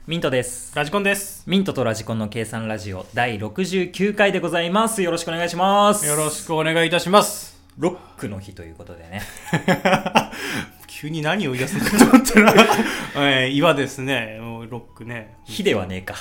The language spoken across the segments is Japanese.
ミントです。 ラジコンです。 ミントとラジコンの計算ラジオ第69回でございます。よろしくお願いします。 よろしくお願いいたします。 ロックの日ということでね急に何を言い出すのかと思ったら岩ですね。もうロックね。 日ではねえか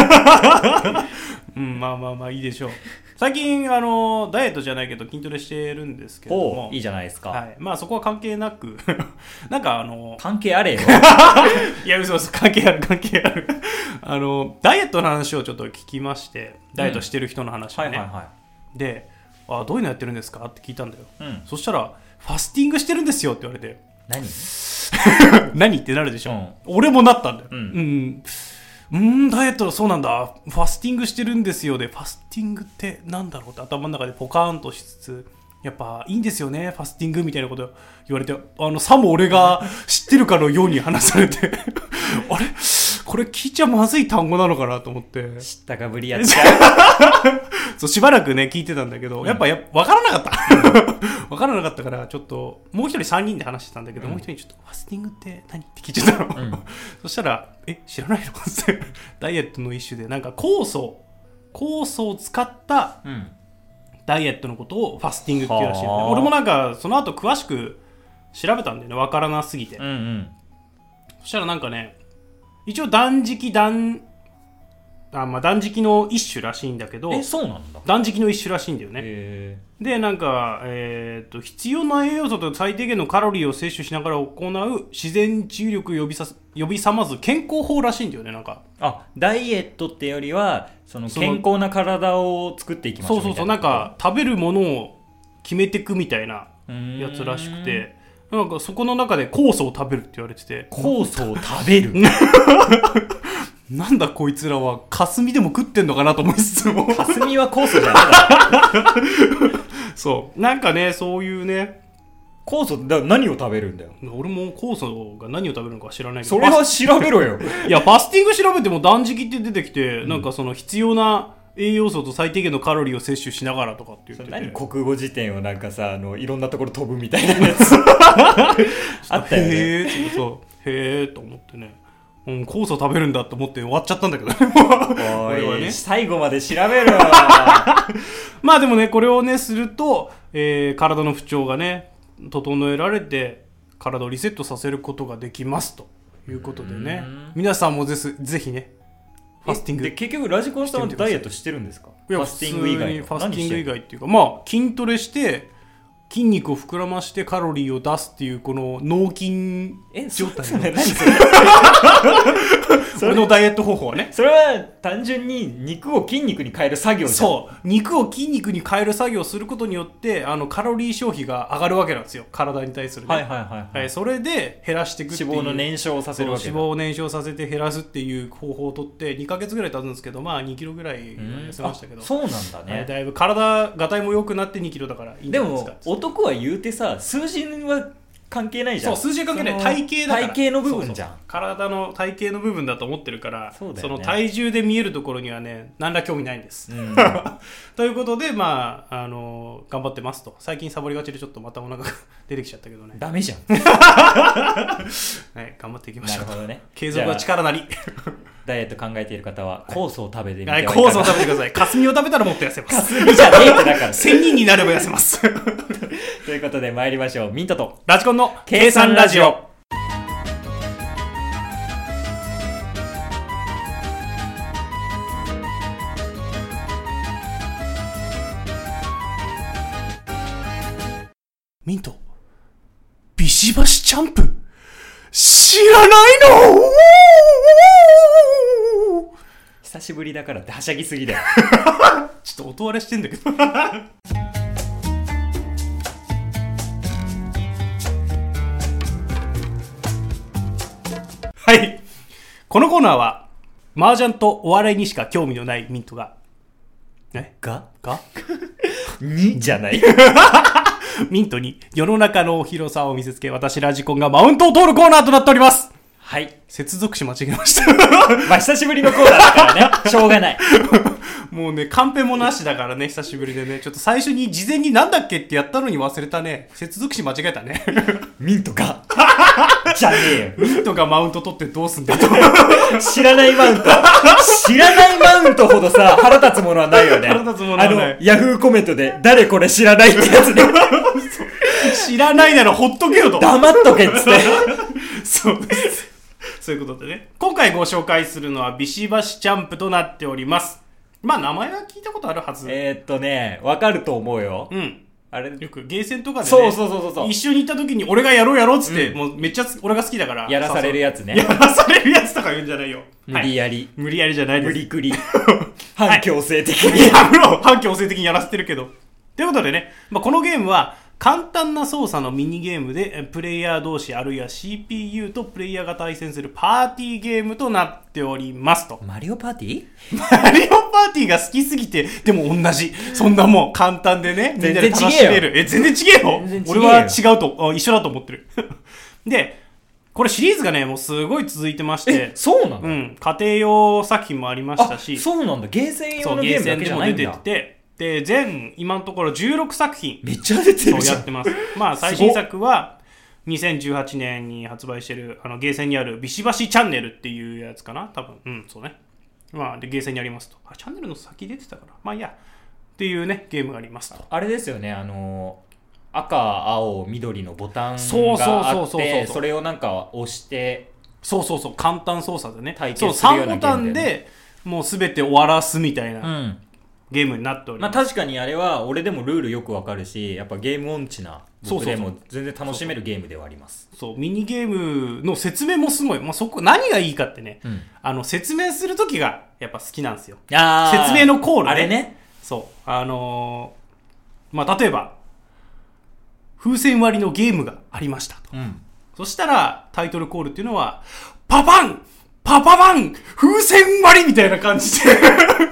まあいいでしょう。最近ダイエットじゃないけど筋トレしてるんですけども、 いいじゃないですか。 はい、まあそこは関係なくなんか関係あれよいや嘘関係あるダイエットの話をちょっと聞きまして、ダイエットしてる人の話をね、でどういうのやってるんですかって聞いたんだよ、そしたらファスティングしてるんですよって言われて何ってなるでしょ、俺もなったんだよ、ダイエットそうなんだ、ファスティングしてるんですよで、ファスティングってなんだろうって頭の中でポカーンとしつつ、やっぱいいんですよねファスティングみたいなこと言われて、さも俺が知ってるかのように話されてあれこれ聞いちゃまずい単語なのかなと思って知ったかぶりやっちゃうそうしばらくね聞いてたんだけど、やっぱ分からなかった分からなかったから、ちょっともう一人3人で話してたんだけど、もう一人にちょっとファスティングって何って聞いちゃったの、そしたら知らないのってダイエットの一種でなんか酵素を使ったダイエットのことをファスティングっていうらしいので、俺もなんかその後詳しく調べたんだよね、分からなすぎて、そしたらなんかね、一応断食の一種らしいんだけど、 そうなんだ、 断食の一種らしいんだよね。でなんか、必要な栄養素と最低限のカロリーを摂取しながら行う自然治癒力を呼び覚ます健康法らしいんだよね。なんかダイエットってよりはその健康な体を作っていきましょうみたいな。 そうなんか食べるものを決めていくみたいなやつらしくて、なんかそこの中で酵素を食べるって言われてて、 酵素を食べるなんだこいつらは霞でも食ってんのかなと思いつつも霞は酵素じゃないそうなんかね、そういうね、 酵素だ何を食べるんだよ。 俺も酵素が何を食べるのか知らないけそど、 れは調べろよいやファスティング調べても断食って出てきて、なんかその必要な栄養素と最低限のカロリーを摂取しながらとかって言ってて、 何国語辞典をなんかさいろんなところ飛ぶみたいなやつあったよね。 へーと思ってね、酵素食べるんだと思って終わっちゃったんだけどね俺はね、 最後まで調べるよまあでもね、これをねすると、体の不調がね整えられて体をリセットさせることができますということでね、皆さんもぜひねファスティングで。 結局ラジコンさんはダイエットしてるんですか？ いやファスティング以外ファスティング以外っていうか、まあ筋トレして筋肉を膨らましてカロリーを出すっていう、この脳筋状態の何それ俺のダイエット方法はね、 それは単純に肉を筋肉に変える作業じゃん。 そう肉を筋肉に変える作業をすることによってカロリー消費が上がるわけなんですよ、体に対するね。それで減らしていくっていう、 脂肪の燃焼をさせるわけだ。 脂肪を燃焼させて減らすっていう方法をとって2ヶ月ぐらい経つんですけど、まあ2キロぐらい痩せましたけど。 そうなんだね、 だいぶ体がたいも良くなって2キロだからいいんじゃないですか。 でも男は言うてさ、数字は関係ないじゃん。 そう数字は関係ない、体型だから、 体型の部分じゃん。 そう体の体型の部分だと思ってるから、 そうだよね、 その体重で見えるところにはね何ら興味ないんです、ということでまあ頑張ってますと。最近サボりがちでちょっとまたお腹が出てきちゃったけどね。 ダメじゃんはい、頑張っていきましょう。 なるほどね。 継続は力なりダイエット考えている方は酵素を食べてみてはいかが。酵素を食べてください。霞を食べたらもっと痩せます。 霞じゃねえってだから 1000人になれば痩せますということで参りましょう。ミントとラジコンの計算ラジオ。ミントビシバシチャンプ知らないの？ 久しぶりだからってはしゃぎすぎだよちょっと音割れしてんだけどはい、このコーナーは麻雀とお笑いにしか興味のないミントがにじゃないミントに世の中の広さを見せつけ、私ラジコンがマウントを取るコーナーとなっております。 はい。 接続詞間違えましたまあ久しぶりのコーナーだからねしょうがないもうねカンペもなしだからね、久しぶりでね、ちょっと最初に事前になんだっけってやったのに忘れたね。接続詞間違えたねミントがじゃねえよ。 ミントがマウント取ってどうすんだよ。 知らないマウント。知らないマウントほどさ、腹立つものはないよね。 腹立つものはない。 ヤフーコメントで、誰これ知らないってやつで。 知らないならほっとけよと。 黙っとけっつって。 そうです。そういうことでね。今回ご紹介するのはビシバシジャンプとなっております。まあ名前は聞いたことあるはず。 わかると思うよ。 うん。あれよくゲーセンとかでね、 そう一緒に行った時に俺がやろうっつって、もうめっちゃ俺が好きだからやらされるやつね。 やらされるやつとか言うんじゃないよ。 無理やり、 無理やりじゃないです。 無理くり反強制的に、 やめろ。反強制的にやらせてるけど。ということでね、このゲームは簡単な操作のミニゲームでプレイヤー同士あるいは CPU とプレイヤーが対戦するパーティーゲームとなっておりますと。 マリオパーティーマリオパーティーが好きすぎて、でも同じ。そんなもん簡単でね、みんなで楽しめる。全然違えよ。俺は違うと、一緒だと思ってる。で、これシリーズがね、もうすごい続いてまして。 そうなの？ うん。家庭用作品もありましたし。 そうなんだ。ゲーセン用のゲームだけじゃないんだ。 ゲーセンでも出てて、で、今のところ16作品。 めっちゃ出てるじゃん。 やってます。最新作は、2018年に発売してる、ゲーセンにあるビシバシチャンネルっていうやつかな多分。うん、そうね。で、ゲーセンにありますと。チャンネルの先出てたから。いや。っていうね、ゲームがありますと。 あれですよね、赤、青、緑のボタンがあって、それをなんか押して、 そう、簡単操作でね。 体験するようなゲームで、ね。 3ボタンで、もうすべて終わらすみたいな。ゲームになっております。 確かにあれは俺でもルールよくわかるし、やっぱゲーム音痴な僕でも全然楽しめるゲームではあります。 そう、ミニゲームの説明もすごい。そこ何がいいかってね、説明するときがやっぱ好きなんですよ。説明のコールね。 あれね。 そう。例えば風船割りのゲームがありましたと。そしたらタイトルコールっていうのはパパンパパパン風船割りみたいな感じで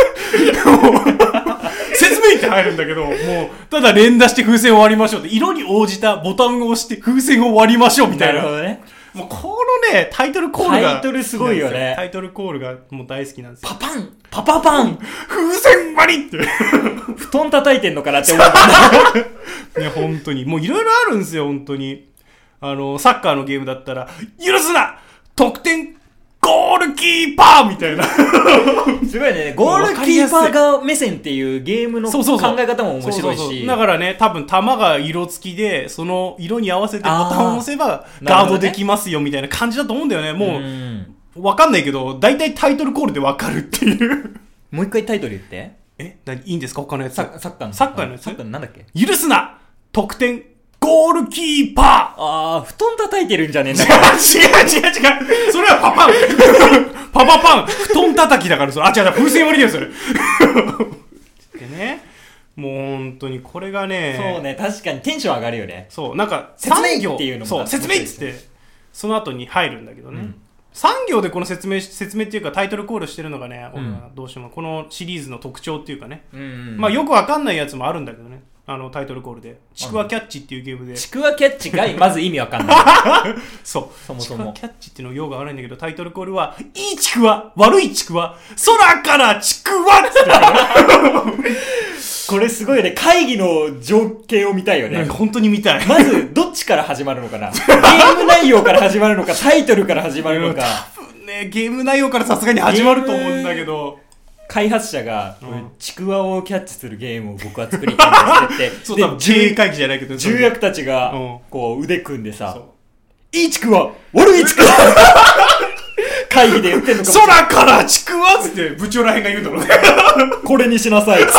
説明って入るんだけど、もうただ連打して風船を割りましょうって色に応じたボタンを押して風船を割りましょうみたいな。 なるほどね。 もうこのねタイトルコールがタイトルすごいよね。 タイトルコールがもう大好きなんですよ。 パパンパパパン風船割りって布団叩いてんのかなって思ったね。本当にもういろいろあるんですよ。本当にサッカーのゲームだったら許すな得点ゴールキーパーみたいなすごいね。ゴールキーパーが目線っていうゲームの考え方も面白いし、 だからね、多分球が色付きでその色に合わせてボタンを押せばガードできますよみたいな感じだと思うんだよね。もう分かんないけど大体タイトルコールで分かるっていうもう一回タイトル言って。 いいんですか他のやつ。 サッカーのやつ。サッカーのなんだっけ。 許すな得点ゴールキーパー。布団叩いてるんじゃねえんだから。 違う。それはパパン。パパパン。布団叩きだからそれ。違う、風船割りだよ、それ。でね。もう本当にこれがね。 そうね、確かにテンション上がるよね。 そう、なんか、 説明っていうのも。 そう、説明っつって、その後に入るんだけどね。3行でこの説明っていうかタイトルコールしてるのがね、どうしてもこのシリーズの特徴っていうかね。よくわかんないやつもあるんだけどね。タイトルコールでちくわキャッチっていうゲームでちくわキャッチがまず意味わかんないそうそもそもちくわキャッチっていうの用が悪いんだけどタイトルコールはいいちくわ悪いちくわ空からちくわっつってこれすごいね。会議の情景を見たいよね。 本当に見たい。 まずどっちから始まるのかな。ゲーム内容から始まるのかタイトルから始まるのか。 多分ねゲーム内容からさすがに始まると思うんだけど、 開発者が、ちくわをキャッチするゲームを僕は作りたいんですってそう、多分経営会議じゃないけど、 重役たちが、こう、腕組んでさ、いいちくわ悪いちくわ会議で言ってんのかも。 空からちくわつって部長らへんが言うんだろうね。 これにしなさい。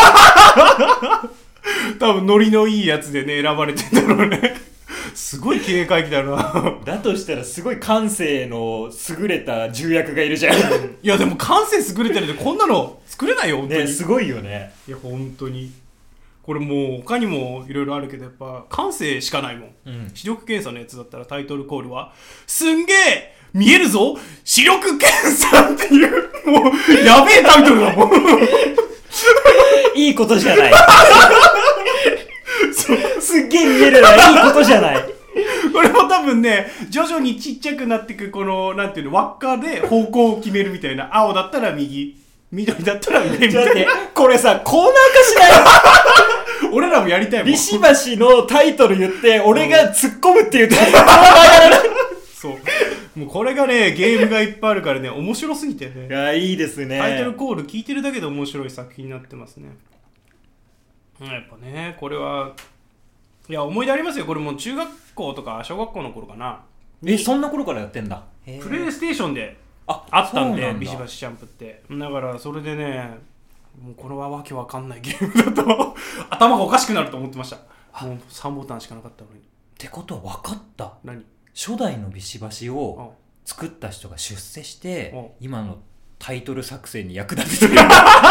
多分ノリのいいやつでね、選ばれてんだろうね。すごい経営会議だな。 だとしたらすごい感性の優れた重役がいるじゃん。いやでも感性優れてるでこんなの作れないよ本当に。 ね、すごいよね。 いや本当に。これもう他にもいろいろあるけどやっぱ感性しかないもん。視力検査のやつだったらタイトルコールはすんげえ見えるぞ視力検査っていうもうやべえタイトルだもん。 いいことじゃない。すっげえ見えるのはいいことじゃない。 これも多分ね徐々にちっちゃくなっていくこのなんていうの輪っかで方向を決めるみたいな。青だったら右緑だったら上みたいな。 待ってこれさコーナー化しない俺らもやりたいもん。 ビシバシのタイトル言って俺が突っ込むっていうタイトルコーナーやらない。 もうこれがねゲームがいっぱいあるからね面白すぎてね。 いやいいですね。 タイトルコール聞いてるだけで面白い作品になってますね。やっぱねこれはいや思い出ありますよ。これもう中学校とか小学校の頃かな。 そんな頃からやってんだ。 プレイステーションであったんでビシバシジャンプってだからそれでねもうこれはわけわかんないゲームだと頭がおかしくなると思ってました。もう3ボタンしかなかったのに。 ってことは分かった。 何？ 初代のビシバシを作った人が出世して今のタイトル作成に役立ててる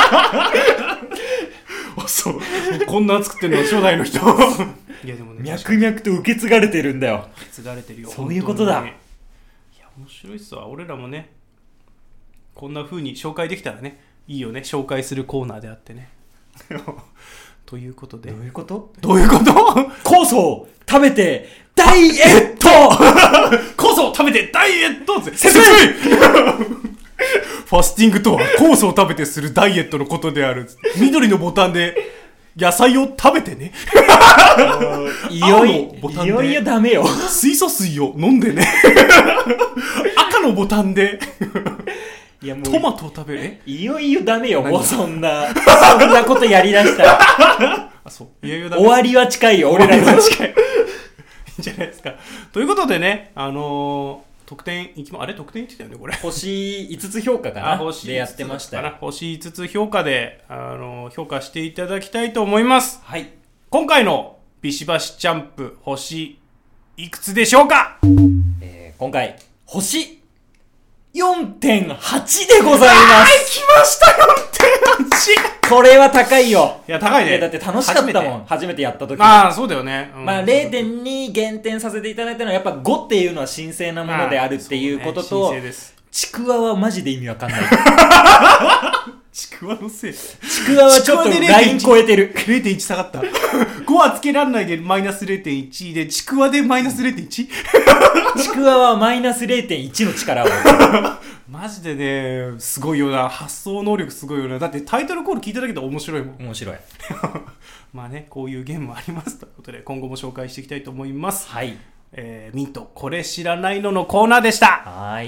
そうこんな作ってるの初代の人いやでもね脈々と受け継がれてるんだよ。 受け継がれてるよ。 そういうことだ。 いや面白いっすわ。俺らもねこんな風に紹介できたらねいいよね。紹介するコーナーであってねということでどういうこと酵素を食べてダイエット酵素を食べてダイエット先生ファスティングとは酵素を食べてするダイエットのことである。緑のボタンで野菜を食べてねいよいよダメよ。 水素水を飲んでね赤のボタンでいやもうトマトを食べる。 いよいよダメよ。もうそんなことやりだしたらあそういよいよダメ。 終わりは近いよ。俺らの近いいいんじゃないですか。ということでね得点いきま得点言ってたよねこれ。 星5つ評価かなでやってましたよ。 星5つ評価で評価していただきたいと思います。 はい。 今回のビシバシジャンプ星いくつでしょうか？ 今回星 4.8 でございます。 来ました 4.8 これは高いよ。 いや高いね。 だって楽しかったもん。初めてやった時。 そうだよね。 まあ 0.2 減点させていただいたのはやっぱ5っていうのは神聖なものであるっていうことと、ちくわはマジで意味わかんない。 ちくわのせい。 ちくわはちょっとライン超えてる。 0.1 下がった。5はつけらんないでマイナス 0.1 で、ちくわでマイナス 0.1? ちくわはマイナス 0.1 の力を。 マジでね、すごいよな。発想能力すごいよな。だってタイトルコール聞いただけで面白いもん。 面白い。 まあね、こういうゲームもありますということで、今後も紹介していきたいと思います。 はい。 ミント、これ知らないののコーナーでした。 はい。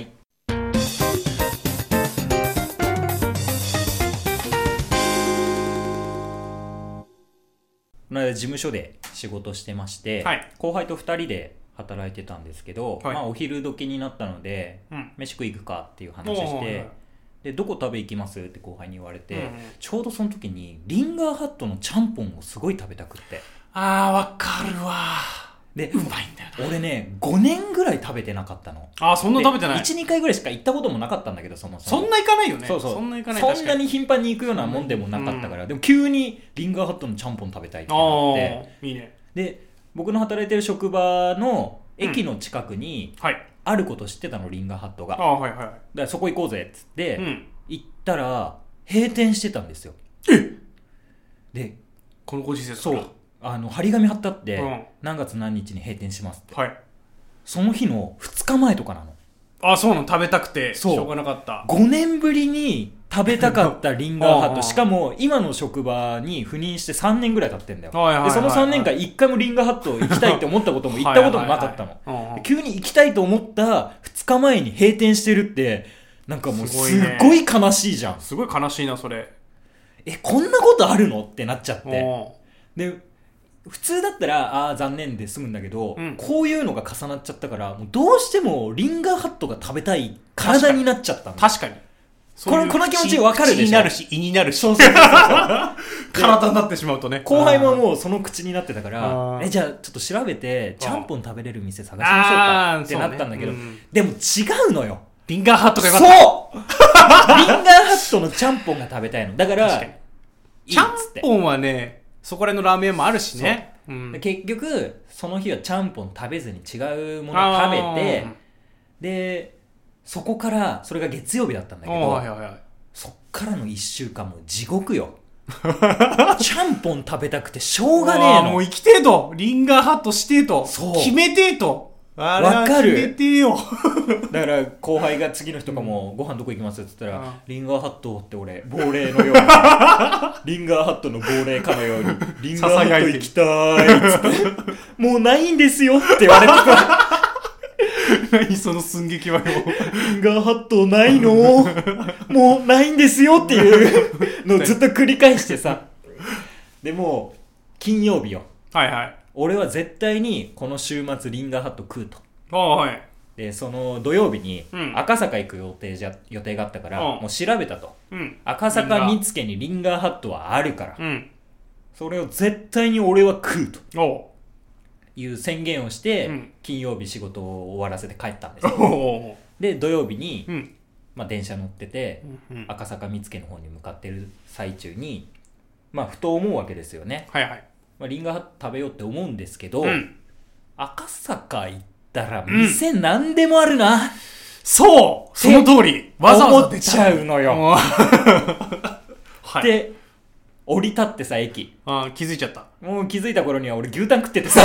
この間事務所で仕事してまして、はい、後輩と2人で働いてたんですけど、はい、まあ、お昼時になったので、飯食い行くかっていう話して、でどこ食べ行きますって後輩に言われて、ちょうどその時にリンガーハットのちゃんぽんをすごい食べたくって。 わかるわ。 でうまいんだよな。俺ね5年ぐらい食べてなかったの。 そんな食べてない。 1,2 回ぐらいしか行ったこともなかったんだけど、そんな行かないよね。 そんなに頻繁に行くようなもんでもなかったから、でも急にリンガーハットのちゃんぽん食べたいってなって、 いいね。 で僕の働いてる職場の駅の近くにあること知ってたの、リンガーハットが。だからそこ行こうぜっつって、行ったら閉店してたんですよ。でこのご時世ですか。 そう張り紙貼ってあって、何月何日に閉店しますって、その日の2日前とかなの。 そうなの。食べたくてしょうがなかった。 5年ぶりに食べたかったリンガーハットしかも今の職場に赴任して3年ぐらい経ってんだよ。でその3年間1回もリンガーハット行きたいって思ったことも行ったこともなかったの。急に行きたいと思った2日前に閉店してるって、なんかもうすごい悲しいじゃん。 すごい悲しいなそれ。 こんなことあるのってなっちゃって。で普通だったら残念で済むんだけど、こういうのが重なっちゃったから、もうどうしてもリンガーハットが食べたい体になっちゃったの。 確かにこの気持ち分かるでしょ。 口になるし胃になるし、体になってしまうとね。 後輩ももうその口になってたから、じゃあちょっと調べてちゃんぽん食べれる店探しましょうかってなったんだけど、でも違うのよ。 リンガーハットがよかった。 そうリンガーハットのちゃんぽんが食べたいの。だからちゃんぽんはね、そこら辺のラーメンもあるしね。 結局その日はちゃんぽん食べずに違うものを食べて、でそこからそれが月曜日だったんだけど、そっからの1週間も地獄よ。ちゃんぽん食べたくてしょうがねえの。 もう生きてえと、リンガーハットしてえと、決めてえと。 わかる。 決めてえよ。 だから後輩が次の日とかもご飯どこ行きますって言ったら、リンガーハットって俺亡霊のようにリンガーハットの亡霊かのようにリンガーハット行きたいっつってもうないんですよって言われてさ何その寸劇はよ。 リンガーハットないのもうないんですよっていうのをずっと繰り返してさ。でも金曜日よ。 はいはい。 俺は絶対にこの週末リンガーハット食うと。 はい。 でその土曜日に赤坂行く予定があったから、もう調べたと、赤坂見附にリンガーハットはあるから、それを絶対に俺は食うという宣言をして、金曜日仕事を終わらせて帰ったんですよ。で土曜日に、電車乗ってて、赤坂見附の方に向かってる最中に、ふと思うわけですよね。 はいはい。 リンガーハット食べようって思うんですけど、赤坂行ったら店何でもあるな、 そうその通りわざわざ思っちゃうのよはい、 で降り立ってさ、駅気づいちゃった。 もう気づいた頃には俺牛タン食っててさ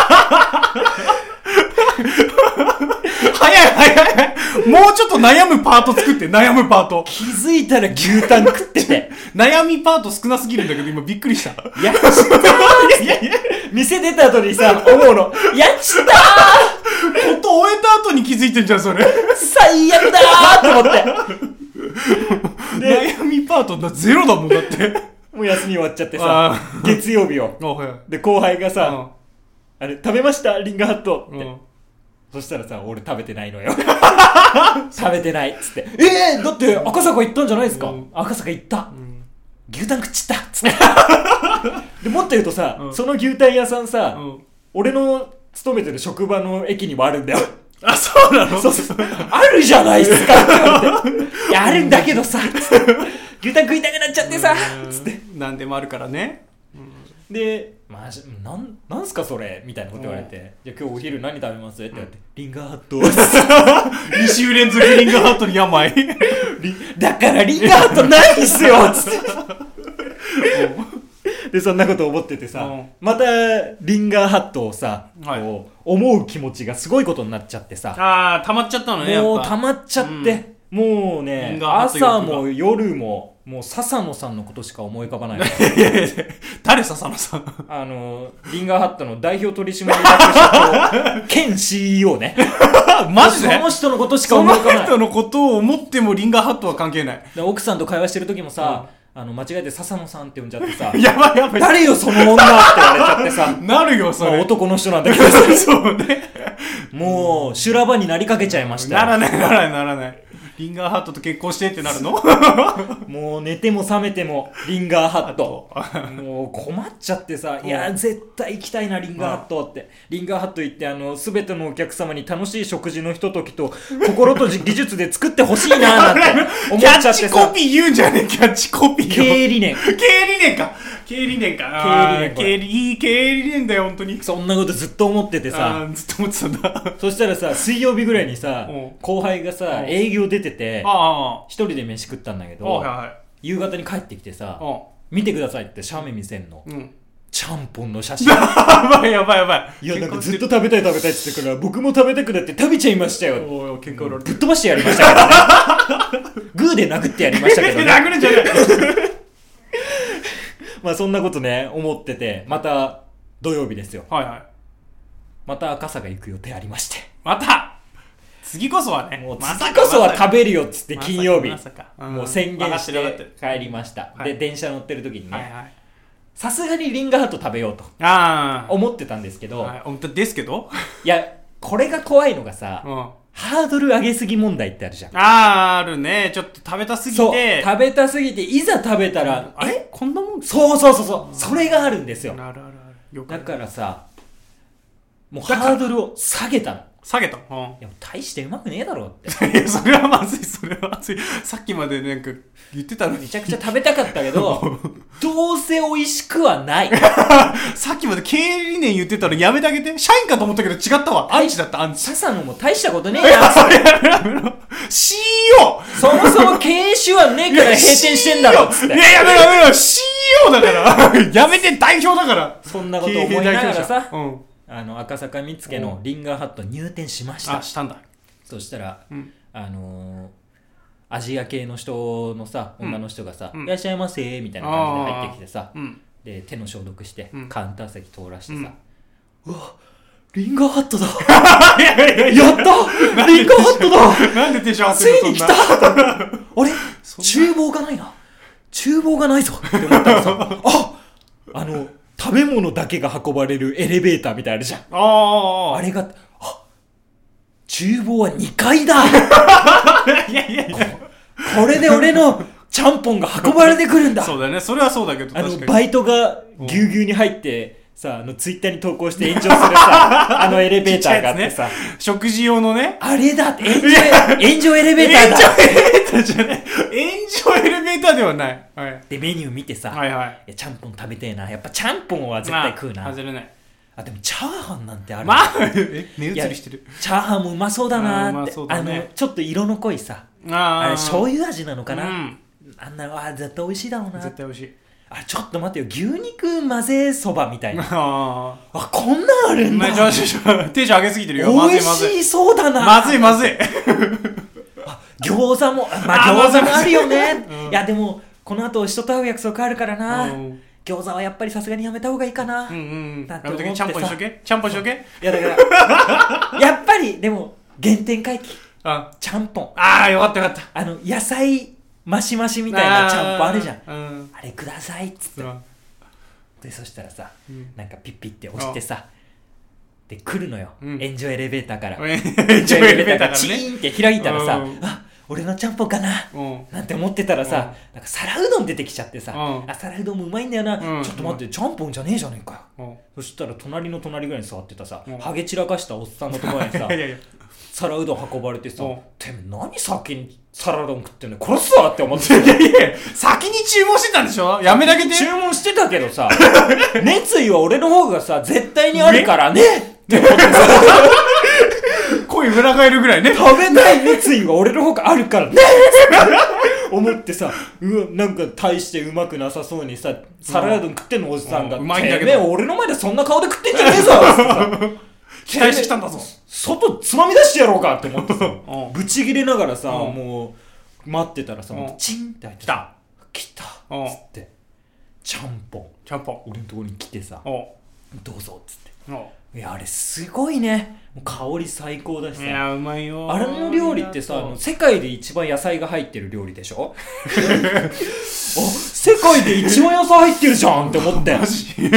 早いもうちょっと悩むパート作って。悩むパート気づいたら牛タン食ってて悩みパート少なすぎるんだけど今びっくりした。 やっちった店出た後にさ思うの、やっちったーこと終えた後に気づいてんじゃんそれ。 最悪だーって思ってで悩みパートゼロだもんだってもう休み終わっちゃってさ、月曜日よ。で後輩がさ、あれ食べましたリンガーハットって、そしたらさ、俺食べてないのよ食べてないっつって、だって赤坂行ったんじゃないですか、赤坂行った、牛タン食っちったっつってでもっと言うとさ、その牛タン屋さんさ、俺の勤めてる職場の駅にもあるんだよ。 あ、そうなの？ そうあるじゃないっすかっていやあるんだけどさつって牛タン食いたくなっちゃってさつって何でもあるからね。 で、なんすかそれみたいなこと言われて、じゃあ今日お昼何食べますって言われて、リンガーハット 2週連続リンガーハットに病だからリンガーハットないんすよつってでそんなこと思っててさ、またリンガーハットをさ、こう思う気持ちがすごいことになっちゃってさ、 溜まっちゃったのね。 もう溜まっちゃって、もうね朝も夜ももう笹野さんのことしか思い浮かばない誰笹野さんリンガーハットの代表取締役社長兼 CEO ねマジでその人のことしか思い浮かばない。 その人のことを思ってもリンガーハットは関係ない。 で奥さんと会話してる時もさ、間違えて笹野さんって呼んじゃってさやばい誰よその女って言われちゃってさなるよそれ、 男の人なんだけどさそうねもう修羅場になりかけちゃいました。 ならないリンガーハットと結婚してってなるのもう寝ても覚めてもリンガーハットもう困っちゃってさ、いや絶対行きたいなリンガーハットって、リンガーハット行って全てのお客様に楽しい食事のひとときと心と技術で作ってほしいななんて思っちゃってさ。 キャッチコピー言うんじゃねえ。キャッチコピー経営理念か経営理念いい経営理念だよ本当に。 そんなことずっと思っててさ、 ずっと思ってたんだそしたらさ水曜日ぐらいにさ後輩がさ営業出てて一人で飯食ったんだけど、夕方に帰ってきてさ見てくださいって写メ見せんの、ちゃんぽんの写真やばいいやなんかずっと食べたいって言ってから僕も食べたくなって食べちゃいましたよ。 結果ぶっ飛ばしてやりましたからねグーで殴ってやりましたけどね殴るんじゃないまあそんなことね思ってて、また土曜日ですよ。また赤坂行く予定ありまして、 また次こそはね、 もう次こそは食べるよっつって金曜日もう宣言して帰りました。で電車乗ってる時にね、さすがにリンガーハット食べようと思ってたんですけど、いやこれが怖いのがさ、ハードル上げすぎ問題ってあるじゃん。 あるね。ちょっと食べたすぎて食べたすぎていざ食べたら、 こんなもん。 そうそれがあるんですよ。だからさもうハードルを下げたの。いや大してうまくねえだろっていやそれはまずいさっきまでなんか言ってたのにめちゃくちゃ食べたかったけどどうせ美味しくはないさっきまで経営理念言ってたらやめてあげて。社員かと思ったけど違ったわ。アンチだった。 笹野も大したことねえや CEO そもそも経営手腕ねえから閉店してんだろっつって。 いややめろ CEO だからやめて代表だから。 そんなこと思いながらさ、赤坂見附のリンガーハット入店しました。 したんだ。 そしたら、アジア系の人のさ女の人がさ、いらっしゃいませみたいな感じで入ってきてさ、で手の消毒して、カウンター席通らしてさ、うわリンガーハットだやったリンガーハットだなんでテンション上がってついに来たあれ厨房がないな厨房がないぞって思ったらさ食べ物だけが運ばれるエレベーターみたいなあるじゃんあれが厨房は2階だいやこれで俺のちゃんぽんが運ばれてくるんだそうだねそれはそうだけど確かにバイトがぎゅうぎゅうに入ってさツイッターに投稿して炎上するさエレベーターがあってさ、 食事用のねあれだって炎上エレベーターだ炎上エレベーターじゃない炎上エレベーターではない、はい、 でメニュー見てさ、 はいはい、 ちゃんぽん食べてえなやっぱちゃんぽんは絶対食うな、 外れないでもチャーハンなんてある目移りしてるチャーハンもうまそうだなーって、 ね、 ちょっと色の濃いさあれ醤油味なのかな、あんな絶対美味しいだろうな絶対美味しいちょっと待ってよ牛肉混ぜそばみたいなこんなんあるんだテンション上げすぎてるよ美味しそうだなまずい餃子も餃子もあるよね、いやでもこの後人と会う約束あるからな、餃子はやっぱりさすがにやめた方がいいかなやめとけちゃんぽんしとけいやだからやっぱりでも原点回帰ちゃんぽんよかった野菜マシマシみたいなちゃんぽんあるじゃん、あれくださいっつって、でそしたらさ、なんかピッピって押してさで来るのよ、炎上エレベーターから炎上エレベーターがチーンって開いたらさ、俺のちゃんぽんかななんて思ってたらさ、なんか皿うどん出てきちゃってさ、皿うどんもうまいんだよな、ちょっと待ってちゃんぽんじゃねえじゃねえかよ、そしたら隣の隣ぐらいに座ってたさ、ハゲ散らかしたおっさんのところにさ皿うどん運ばれてさ、てめえ何先に皿うどん食ってんの殺すわって思って先に注文してたんでしょやめだけで注文してたけどさ熱意は俺の方がさ絶対にあるからねって思ってさ声裏返るぐらいね食べない熱意は俺の方があるからね思ってさなんか大してうまくなさそうにさ皿うどん食ってんのおじさんが、 うまいんだけどてめえ俺の前でそんな顔で食ってんじゃねえぞ期待してきたんだぞ外つまみ出してやろうかって思ってさブチギレながらさもう待ってたらさチンって入って来たっつってちゃんぽん俺のところに来てさどうぞっつっていやあれすごいね香り最高だしさいやうまいよあれの料理ってさ世界で一番野菜が入ってる料理でしょ世界で一番野菜入ってるじゃんって思ってやっば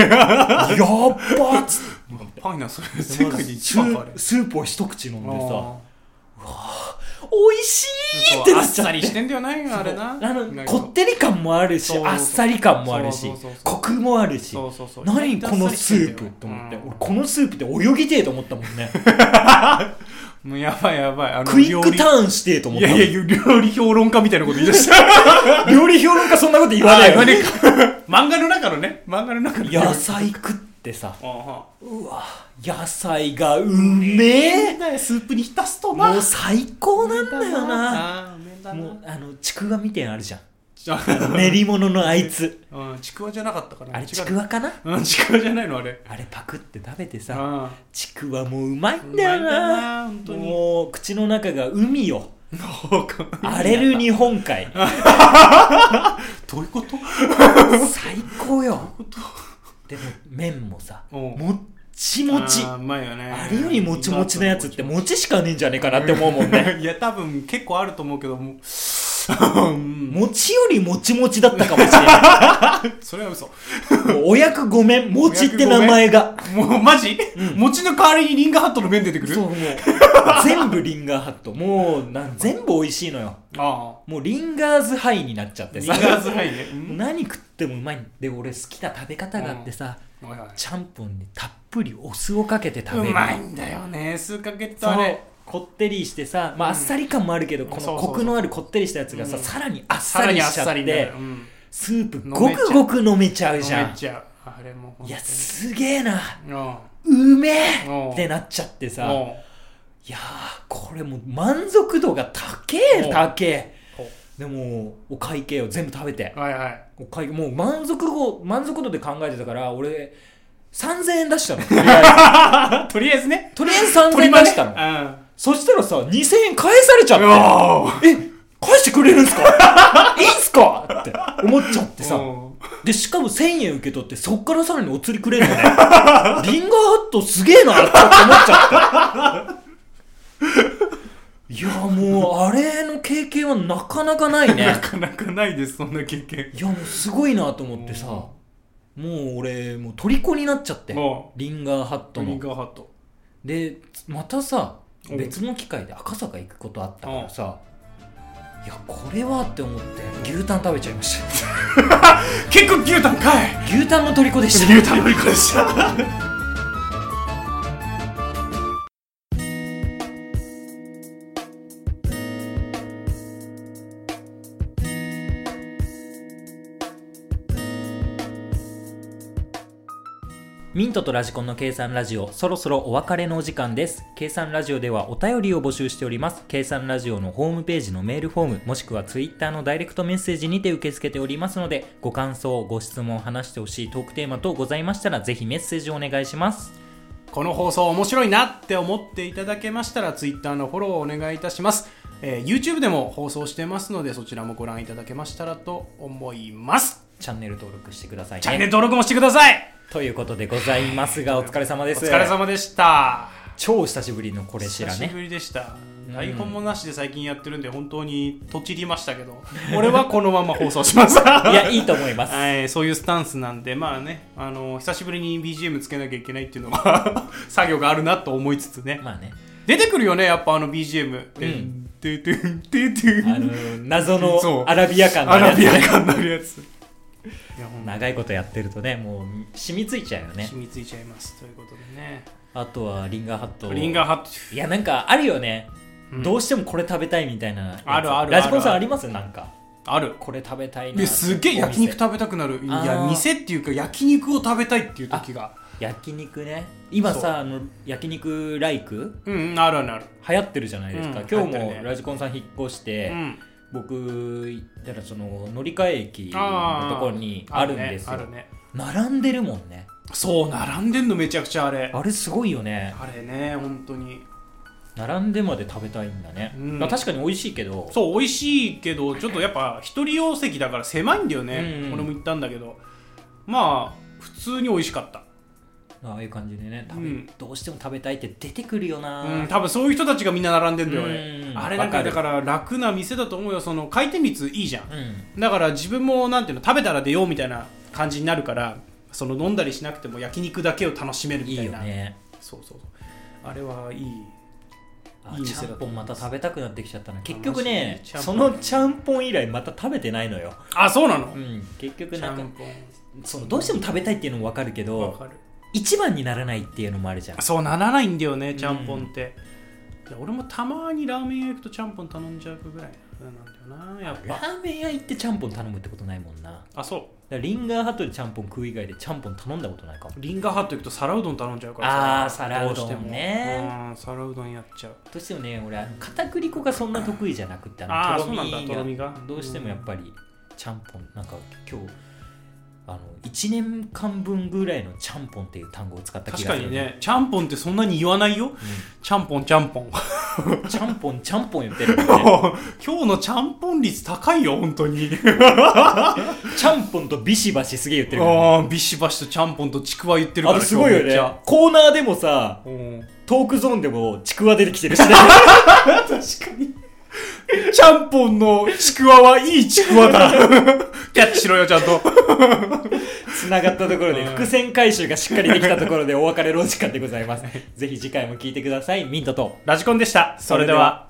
っつってパンなそれ世界で一番あれスープを一口飲んでさうわ美味しいってなっちゃってあっさりしてんだよないあれなこってり感もあるしあっさり感もあるしコクもあるし何このスープと思って俺このスープで泳ぎてえと思ったもんねもうやばいクイックターンしてえと思ったもんいや料理評論家みたいなこと言い出した料理評論家そんなこと言わないよ漫画の中の野菜食ってさうわ野菜がうめえスープに浸すとなもう最高なんだよなもうちくわみたいなのあるじゃん練り物のあいつちくわじゃなかったかなあれちくわかなちくわじゃないのあれパクって食べてさちくわもううまいんだよなもう口の中が海よ荒れる日本海どういうこと最高よでも麺もさもっちもちうまいよねあれよりもちもちのやつって餅しかねえんじゃねえかなって思うもんねいや多分結構あると思うけども餅よりもちもちだったかもしれないそれは嘘お役ごめん餅って名前がもうマジ、餅の代わりにリンガーハットの麺出てくるそうもう全部リンガーハットもう全部美味しいのよもうリンガーズハイになっちゃってさリンガーズハイね、 何食ってもうまいんで俺好きな食べ方があってさちゃんぽんにたっぷりお酢をかけて食べるうまいんだよね酢かけたねこってりしてさ、あっさり感もあるけどこのコクのあるこってりしたやつがささらにあっさりしちゃってスープごくごく飲めちゃうじゃんいやすげえなうめえってなっちゃってさいやこれもう満足度が高えでもお会計を全部食べてお会計もう満足度で考えてたから俺3000円出したのとりあえず 3000円出したのそしたらさ2000円返されちゃって返してくれるんすかいいんすかって思っちゃってさででしかも1000円受け取ってそっからさらにお釣りくれるのねリンガーハットすげえなって思っちゃったいやもうあれの経験はなかなかないねなかなかないですそんな経験。 いやもうすごいなと思ってさ、もう俺もう虜になっちゃって、リンガーハットのリンガーハットでまたさ別の機会で赤坂行くことあったからさ、いやこれはって思って牛タン食べちゃいました結構牛タンかい。 牛タンの虜でした牛タンの虜でしたミントとラジコンの計算ラジオ、そろそろお別れのお時間です。計算ラジオではお便りを募集しております。計算ラジオのホームページのメールフォーム、もしくはツイッターのダイレクトメッセージにて受け付けておりますので、ご感想、ご質問、話してほしいトークテーマ等ございましたら、ぜひメッセージをお願いします。 この放送面白いなって思っていただけましたら、ツイッターのフォローをお願いいたします。YouTube でも放送してますので、そちらもご覧いただけましたらと思います。 チャンネル登録してくださいね。 チャンネル登録もしてくださいということでございますが、お疲れ様です。 お疲れ様でした。 超久しぶりのこれ知らね。 久しぶりでした。台本もなしで最近やってるんで本当にとちりましたけど、俺はこのまま放送しますいやいいと思います、 はい、そういうスタンスなんで、まあね、久しぶりに BGM つけなきゃいけないっていうのが作業があるなと思いつつね、 まあね、 出てくるよねやっぱBGM、 謎のアラビア感のやつ、 アラビア感のやつ長いことやってるとね、もう染みついちゃうよね。 染みついちゃいます。ということでね、 あとはリンガーハット。 リンガーハット、 いやなんかあるよね、どうしてもこれ食べたいみたいなやつ。 あるある。 ラジコンさんあります？なんかある。 これ食べたいな。 すげえ焼肉食べたくなる。いや店っていうか焼肉を食べたいっていう時が。 焼肉ね。今さ焼肉ライク、 あるあるある。 流行ってるじゃないですか。今日もラジコンさん引っ越して、僕行ったらその乗り換え駅のところにあるんですよ。並んでるもんね。 そう、並んでんのめちゃくちゃあれ。 あれすごいよね。 あれね、本当に。 並んでまで食べたいんだね。確かに美味しいけど。 そう、美味しいけど、ちょっとやっぱ一人用席だから狭いんだよね。俺も行ったんだけど。まあ、普通に美味しかった。 ああいう感じでね、どうしても食べたいって出てくるよな、 多分そういう人たちがみんな並んでんだよね。あれなんかだから楽な店だと思うよ。その回転率いいじゃん、だから自分もなんていうの食べたら出ようみたいな感じになるから、その飲んだりしなくても焼肉だけを楽しめるみたいな。いいよね。そうそうそう、あれはいい。 いい店だと。ちゃんぽんまた食べたくなってきちゃったな。結局ね、そのちゃんぽん以来また食べてないのよ。 あ、そうなの。 結局なんかそのどうしても食べたいっていうのも分かるけど、一番にならないっていうのもあるじゃん。 そうならないんだよね、ちゃんぽんって。いや俺もたまにラーメン屋行くとちゃんぽん頼んじゃうぐらいなんだよな。やっぱラーメン屋行ってちゃんぽん頼むってことないもんな。 あ、そう。 だリンガーハットでちゃんぽん食う以外でちゃんぽん頼んだことないかも。 リンガーハット行くと皿うどん頼んじゃうからさ。あ、皿うどんね。 皿うどんやっちゃう。 どうしてもね、俺片栗粉がそんな得意じゃなくて、とろみがどうしてもやっぱりちゃんぽん、なんか今日1年間分ぐらいのちゃんぽんっていう単語を使った気がする。 確かにね、ちゃんぽんってそんなに言わないよ、ちゃんぽんちゃんぽんちゃんぽんちゃんぽん言ってるね今日のちゃんぽん率高いよ本当にちゃんぽんとビシバシすげえ言ってるから、 ね、ビシバシとちゃんぽんとちくわ言ってるから。 すごいよね。コーナーでもさ、トークゾーンでもちくわ出てきてるしね確かにちゃんぽんのちくわはいいちくわだキャッチしろよちゃんとつながったところで伏線回収がしっかりできたところでお別れの時間でございますぜひ次回も聞いてください。ミントとラジコンでした。それでは。